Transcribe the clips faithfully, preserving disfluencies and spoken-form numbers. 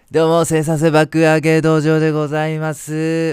どうも、生産性爆上げ道場でございます。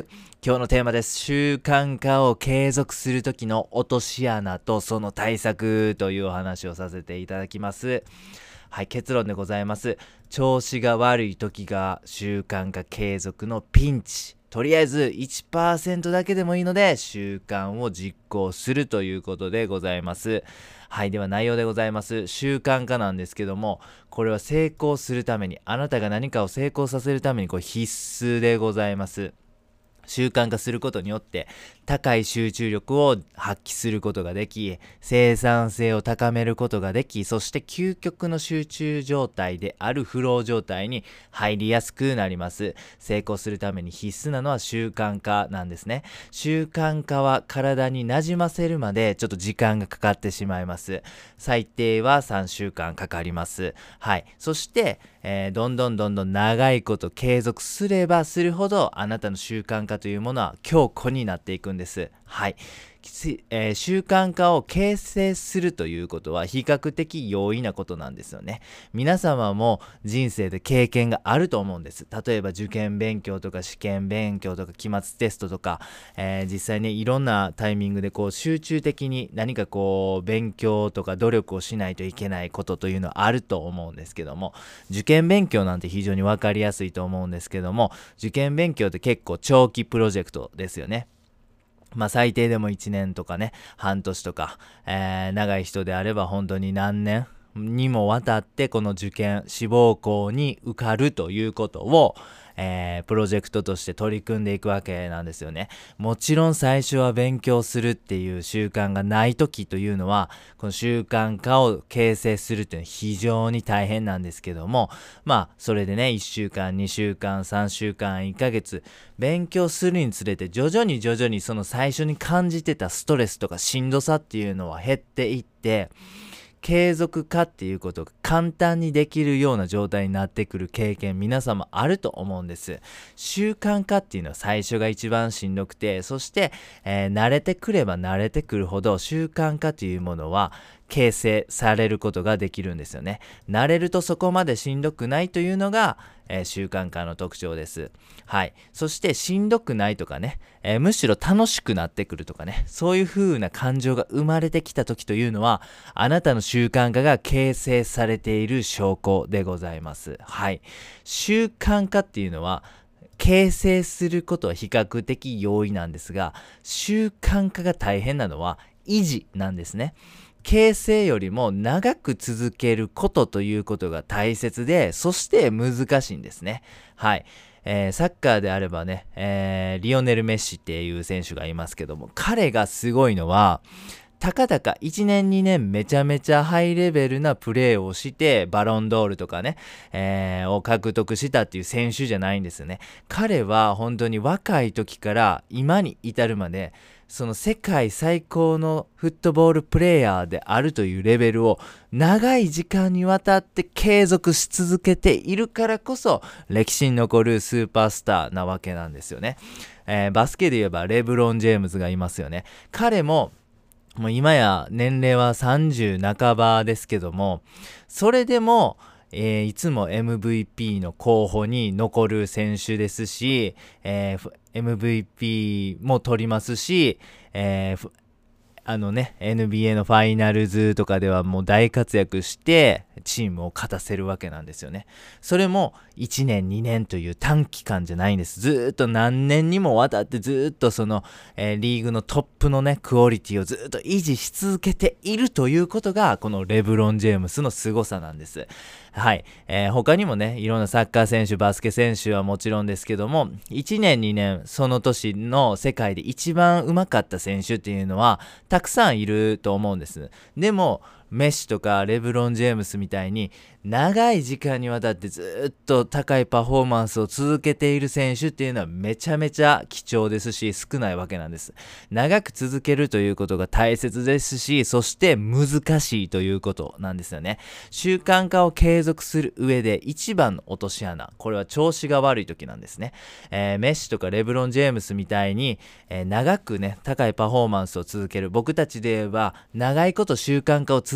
今日のテーマです。習慣化を継続するときの落とし穴とその対策というお話をさせていただきます。はい、結論でございます。調子が悪い時が習慣化継続のピンチ。とりあえず いちパーセント だけでもいいので習慣を実行するということでございます。はい、では内容でございます。習慣化なんですけども、これは成功するために、あなたが何かを成功させるためにこれ必須でございます。習慣化することによって高い集中力を発揮することができ、生産性を高めることができ、そして究極の集中状態であるフロー状態に入りやすくなります。成功するために必須なのは習慣化なんですね。習慣化は体に馴染ませるまでちょっと時間がかかってしまいます。最低はさんしゅうかんかかります。はい。そして、えー、どんどんどんどん長いこと継続すればするほどあなたの習慣化というものは強固になっていくんです。はい。えー、習慣化を形成するということは比較的容易なことなんですよね。皆様も人生で経験があると思うんです。例えば受験勉強とか試験勉強とか期末テストとか、えー、実際にいろんなタイミングでこう集中的に何かこう勉強とか努力をしないといけないことというのはあると思うんですけども、受験勉強なんて非常に分かりやすいと思うんですけども、受験勉強って結構長期プロジェクトですよね。まあ最低でもいちねんとかね、半年とか、えー、長い人であれば本当に何年にもわたってこの受験、志望校に受かるということを、えー、プロジェクトとして取り組んでいくわけなんですよね。もちろん最初は勉強するっていう習慣がない時というのは、この習慣化を形成するっていうのは非常に大変なんですけども、まあそれでね、いっしゅうかん、にしゅうかん、さんしゅうかん、いっかげつ勉強するにつれて徐々に徐々にその最初に感じてたストレスとかしんどさっていうのは減っていって、継続化っていうことが簡単にできるような状態になってくる経験皆様あると思うんです。習慣化っていうのは最初が一番しんどくて、そして、えー、慣れてくれば慣れてくるほど習慣化というものは形成されることができるんですよね。慣れるとそこまでしんどくないというのが、えー、習慣化の特徴です。はい。そしてしんどくないとかね、えー、むしろ楽しくなってくるとかね、そういう風な感情が生まれてきた時というのは、あなたの習慣化が形成されている証拠でございます。はい。習慣化っていうのは、形成することは比較的容易なんですが、習慣化が大変なのは維持なんですね。形成よりも長く続けることということが大切で、そして難しいんですね。はい。えー、サッカーであればね、えー、リオネル・メッシっていう選手がいますけども、彼がすごいのは、たかだかいちねんにねんめちゃめちゃハイレベルなプレーをしてバロンドールとかね、えー、を獲得したっていう選手じゃないんですよね。彼は本当に若い時から今に至るまでその世界最高のフットボールプレーヤーであるというレベルを長い時間にわたって継続し続けているからこそ歴史に残るスーパースターなわけなんですよね。えー、バスケで言えばレブロン・ジェームズがいますよね。彼ももう今や年齢はさんじゅう半ばですけども、それでも、えー、いつも エムブイピー の候補に残る選手ですし、えー、エムブイピー も取りますし、えー、あのね、エヌビーエー のファイナルズとかではもう大活躍してチームを勝たせるわけなんですよね。それもいちねんにねんという短期間じゃないんです。ずーっと何年にもわたってずーっとその、えー、リーグのトップのねクオリティをずーっと維持し続けているということがこのレブロン・ジェームスの凄さなんです。はい、えー、他にもねいろんなサッカー選手バスケ選手はもちろんですけども、いちねんにねんその年の世界で一番うまかった選手っていうのはたくさんいると思うんです。でもメッシとかレブロン・ジェームスみたいに長い時間にわたってずっと高いパフォーマンスを続けている選手っていうのはめちゃめちゃ貴重ですし少ないわけなんです。長く続けるということが大切ですし、そして難しいということなんですよね。習慣化を継続する上で一番の落とし穴、これは調子が悪い時なんですね。えー、メッシとかレブロン・ジェームスみたいに、えー、長くね高いパフォーマンスを続ける、僕たちで言えば長いこと習慣化を続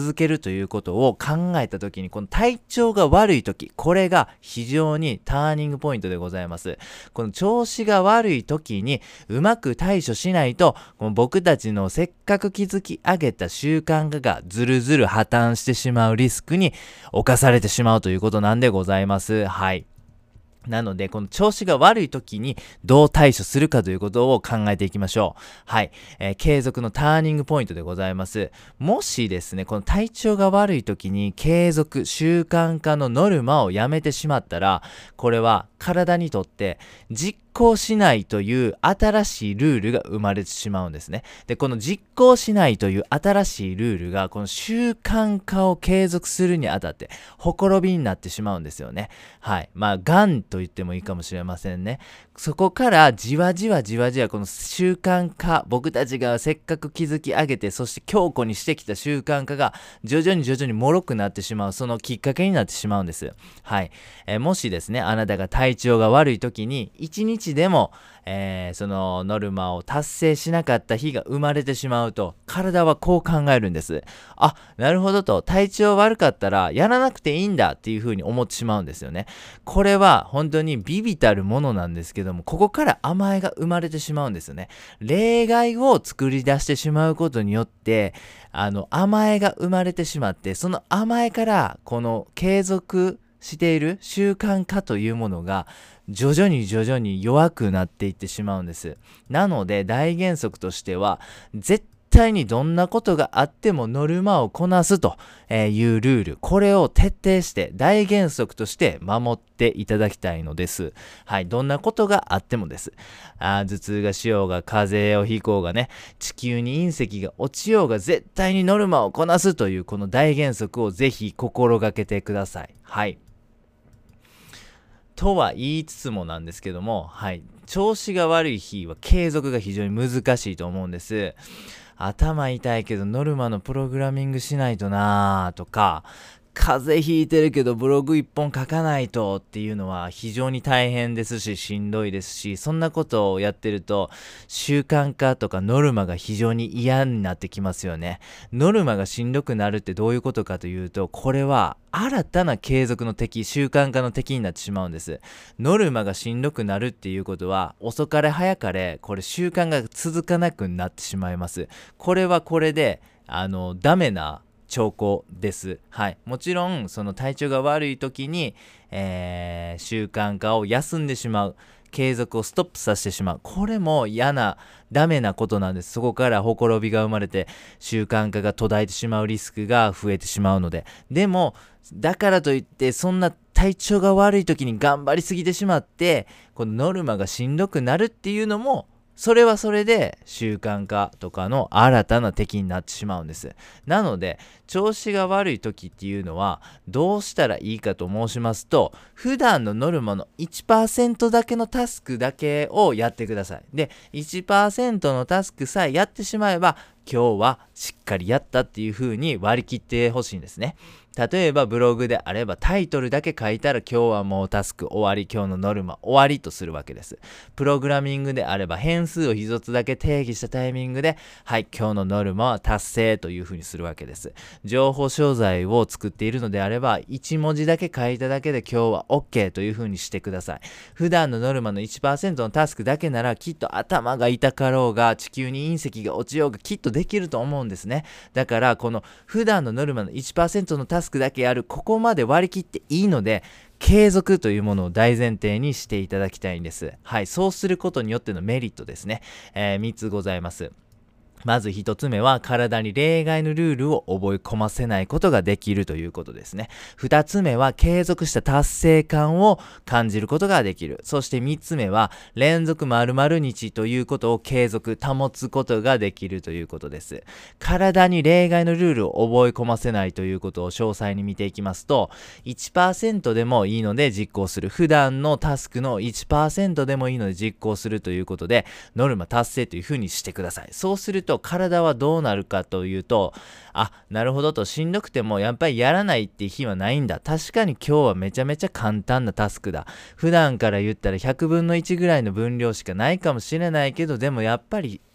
続けるということを考えた時に、この体調が悪い時、これが非常にターニングポイントでございます。この調子が悪い時にうまく対処しないと、この僕たちのせっかく築き上げた習慣化がずるずる破綻してしまうリスクに侵されてしまうということなんでございます。はい。なので、この調子が悪い時にどう対処するかということを考えていきましょう。はい。えー、継続のターニングポイントでございます。もしですね、この体調が悪い時に継続、習慣化のノルマをやめてしまったら、これは体にとって実行しないという新しいルールが生まれてしまうんですね。で、この実行しないという新しいルールが、この習慣化を継続するにあたって、ほころびになってしまうんですよね。はい。まあ、がんと言ってもいいかもしれませんね。そこからじわじわじわじわこの習慣化、僕たちがせっかく築き上げて、そして強固にしてきた習慣化が徐々に徐々に脆くなってしまう、そのきっかけになってしまうんです。はい。えー、もしですね、あなたが体調が悪い時にいちにちでも、えー、そのノルマを達成しなかった日が生まれてしまうと、体はこう考えるんです。あ、なるほどと、体調悪かったらやらなくていいんだっていう風に思ってしまうんですよね。これは本当に微々たるものなんですけども、ここから甘えが生まれてしまうんですよね。例外を作り出してしまうことによって、あの甘えが生まれてしまって、その甘えからこの継続している習慣化というものが徐々に徐々に弱くなっていってしまうんです。なので大原則としては、絶対にどんなことがあってもノルマをこなすというルール、これを徹底して大原則として守っていただきたいのです。はい、どんなことがあってもです。あ、頭痛がしようが、風邪をひこうがね、地球に隕石が落ちようが、絶対にノルマをこなすというこの大原則をぜひ心がけてください。はい。とは言いつつもなんですけども、はい、調子が悪い日は継続が非常に難しいと思うんです。頭痛いけどノルマのプログラミングしないとなーとか、風邪ひいてるけどブログ一本書かないとっていうのは非常に大変ですし、しんどいですし、そんなことをやってると習慣化とかノルマが非常に嫌になってきますよね。ノルマがしんどくなるってどういうことかというと、これは新たな継続の敵、習慣化の敵になってしまうんです。ノルマがしんどくなるっていうことは、遅かれ早かれこれ習慣が続かなくなってしまいます。これはこれであのダメな兆候です。はい。もちろんその体調が悪い時に、えー、習慣化を休んでしまう、継続をストップさせてしまう、これも嫌なダメなことなんです。そこからほころびが生まれて習慣化が途絶えてしまうリスクが増えてしまうので。でもだからといってそんな体調が悪い時に頑張りすぎてしまって、このノルマがしんどくなるっていうのも、それはそれで習慣化とかの新たな敵になってしまうんです。なので調子が悪い時っていうのはどうしたらいいかと申しますと、普段のノルマの いちパーセント だけのタスクだけをやってください。で いちパーセント のタスクさえやってしまえば、今日はしっかりやったっていう風に割り切ってほしいんですね。例えばブログであればタイトルだけ書いたら、今日はもうタスク終わり、今日のノルマ終わりとするわけです。プログラミングであれば変数を一つだけ定義したタイミングで、はい、今日のノルマは達成という風にするわけです。情報商材を作っているのであれば、いち文字だけ書いただけで今日は OK という風にしてください。普段のノルマの いちパーセント のタスクだけなら、きっと頭が痛かろうが地球に隕石が落ちようがきっとできると思うんですね。だからこの普段のノルマの いちパーセント のタスクだけやる、ここまで割り切っていいので、継続というものを大前提にしていただきたいんです。はい、そうすることによってのメリットですね、えー、みっつございます。まず一つ目は、体に例外のルールを覚え込ませないことができるということですね。二つ目は、継続した達成感を感じることができる。そして三つ目は、連続〇〇日ということを継続、保つことができるということです。体に例外のルールを覚え込ませないということを詳細に見ていきますと、いちパーセント でもいいので実行する。普段のタスクの いちパーセント でもいいので実行するということで、ノルマ達成というふうにしてください。そうすると体はどうなるかというと、あ、なるほどと、しんどくてもやっぱりやらないっていう日はないんだ。確かに今日はめちゃめちゃ簡単なタスクだ。普段から言ったらひゃくぶんのいちぐらいの分量しかないかもしれないけど、でもやっぱり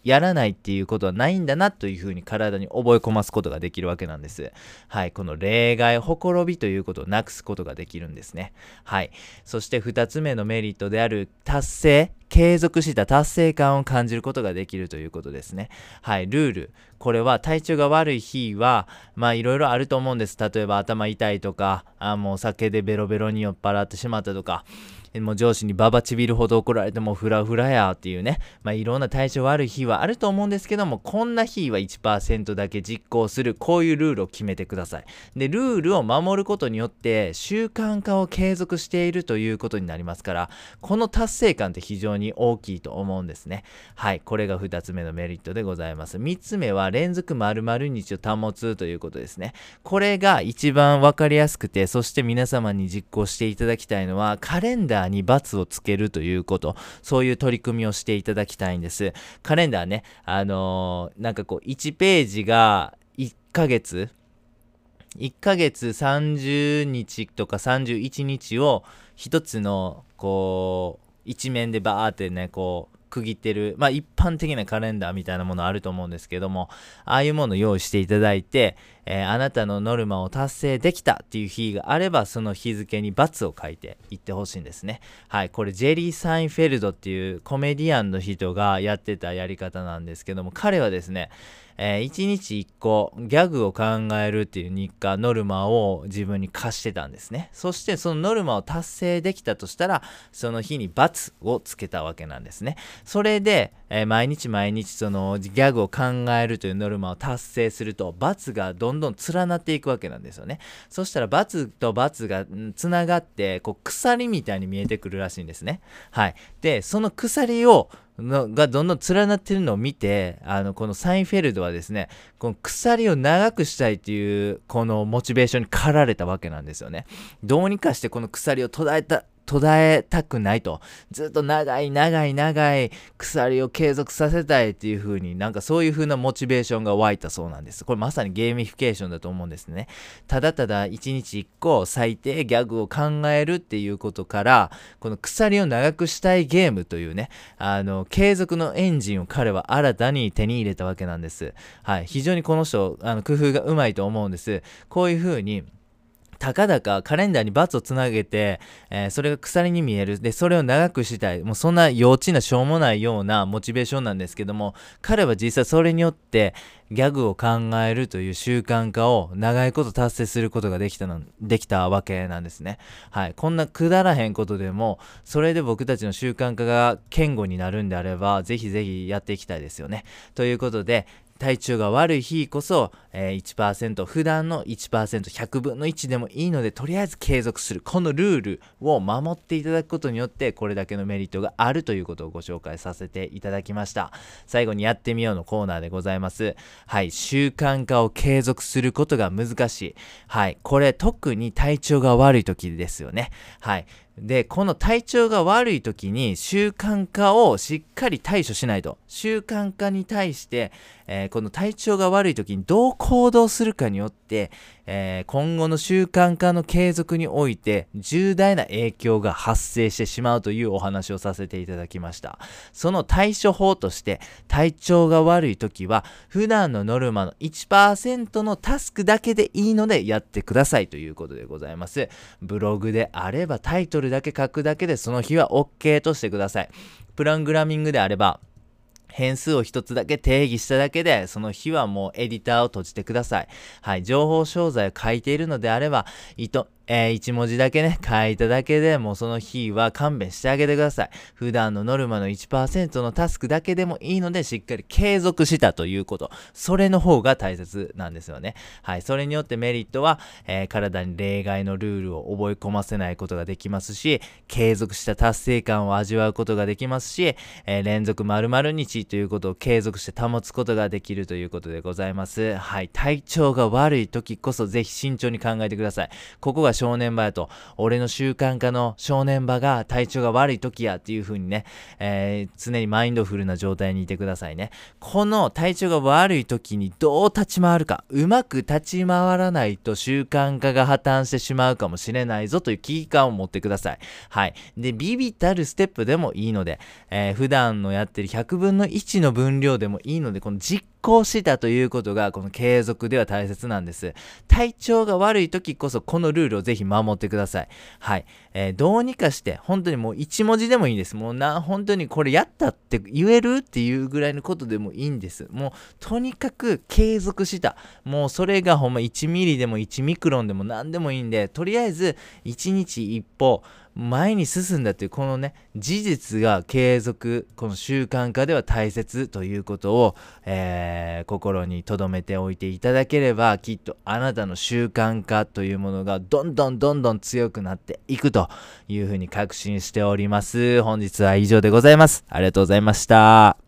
やらないっていうことはないんだなというふうに体に覚え込ますことができるわけなんです。はい、この例外、ほころびということをなくすことができるんですね。はい、そしてふたつめのメリットである達成、継続した達成感を感じることができるということですね。はい、ルール。これは体調が悪い日は、まあいろいろあると思うんです。例えば頭痛いとか、あもう酒でベロベロに酔っ払ってしまったとか、もう上司にババちびるほど怒られてもうフラフラやっていうね、まあいろんな体調悪い日はあると思うんですけども、こんな日は いちパーセント だけ実行する、こういうルールを決めてください。で、ルールを守ることによって習慣化を継続しているということになりますから、この達成感って非常に大きいと思うんですね。はい、これがふたつめのメリットでございます。みっつめは連続〇〇日を保つということですね。これが一番わかりやすくて、そして皆様に実行していただきたいのは、カレンダーに×をつけるということ、そういう取り組みをしていただきたいんです。カレンダーね、あのー、なんかこういちページがいっかげついっかげつさんじゅうにちとかさんじゅういちにちを一つのこう一面でバーってねこう区切ってる、まあ一般的なカレンダーみたいなものあると思うんですけども、ああいうものを用意していただいて、えー、あなたのノルマを達成できたっていう日があれば、その日付に×を書いていってほしいんですね。はい、これジェリー・サインフェルドっていうコメディアンの人がやってたやり方なんですけども、彼はですね、えー、いちにちいっこギャグを考えるっていう日課ノルマを自分に課してたんですね。そしてそのノルマを達成できたとしたら、その日に×をつけたわけなんですね。それで、えー、毎日毎日そのギャグを考えるというノルマを達成すると、×がどんどん連なっていくわけなんですよね。そしたら×と×がつながってこう鎖みたいに見えてくるらしいんですね。はい。でその鎖をのがどんどん連なってるのを見て、あのこのサインフェルドはですね、この鎖を長くしたいというこのモチベーションに駆られたわけなんですよね。どうにかしてこの鎖を途絶えた途絶えたくないと、ずっと長い長い長い鎖を継続させたいっていう風に、なんかそういう風なモチベーションが湧いたそうなんです。これまさにゲーミフィケーションだと思うんですね。ただただいちにちいっこ最低ギャグを考えるっていうことから、この鎖を長くしたいゲームというね、あの継続のエンジンを彼は新たに手に入れたわけなんです。はい、非常にこの人あの工夫がうまいと思うんです。こういう風にたかだかカレンダーに×をつなげて、えー、それが鎖に見える。で、それを長くしたい。もうそんな幼稚なしょうもないようなモチベーションなんですけども、彼は実際それによってギャグを考えるという習慣化を長いこと達成することができたの、できたわけなんですね。はい。こんなくだらへんことでも、それで僕たちの習慣化が堅固になるんであれば、ぜひぜひやっていきたいですよね。ということで、体調が悪い日こそ、えー、いちパーセント、普段の いちパーセント、ひゃくぶんのいちでもいいので、とりあえず継続する。このルールを守っていただくことによって、これだけのメリットがあるということをご紹介させていただきました。最後にやってみようのコーナーでございます。はい、習慣化を継続することが難しい。はい、これ特に体調が悪い時ですよね。はい。で、この体調が悪い時に習慣化をしっかり対処しないと。習慣化に対して、えー、この体調が悪い時にどう行動するかによって、えー、今後の習慣化の継続において重大な影響が発生してしまうというお話をさせていただきました。その対処法として、体調が悪い時は普段のノルマの いちパーセント のタスクだけでいいのでやってくださいということでございます。ブログであればタイトルだけ書くだけでその日は OK としてください。プログラミングであれば変数を一つだけ定義しただけで、その日はもうエディターを閉じてください。はい、情報商材を書いているのであれば、いとえー、一文字だけね、書いただけでもうその日は勘弁してあげてください。普段のノルマの いちパーセント のタスクだけでもいいので、しっかり継続したということ。それの方が大切なんですよね。はい、それによってメリットは、えー、体に例外のルールを覚え込ませないことができますし、継続した達成感を味わうことができますし、えー、連続〇〇日ということを継続して保つことができるということでございます。はい、体調が悪い時こそぜひ慎重に考えてください。ここがが正念場やと、俺の習慣化の正念場が体調が悪い時やっていう風にね、えー、常にマインドフルな状態にいてくださいね。この体調が悪い時にどう立ち回るか、うまく立ち回らないと習慣化が破綻してしまうかもしれないぞという危機感を持ってください。はい。で、ビビたるステップでもいいので、えー、普段のやってるひゃくぶんのいちの分量でもいいので、この実行したということがこの継続では大切なんです。体調が悪い時こそこのルールをぜひ守ってください。はい、えー、どうにかして本当にもういち文字でもいいです。もうな本当にこれやったって言えるっていうぐらいのことでもいいんです。もうとにかく継続した。もうそれがほんまいちミリでもいちミクロンでも何でもいいんで、とりあえずいちにち一歩前に進んだというこのね事実が継続、この習慣化では大切ということを、えー、心に留めておいていただければ、きっとあなたの習慣化というものがどんどんどんどん強くなっていくというふうに確信しております。本日は以上でございます。ありがとうございました。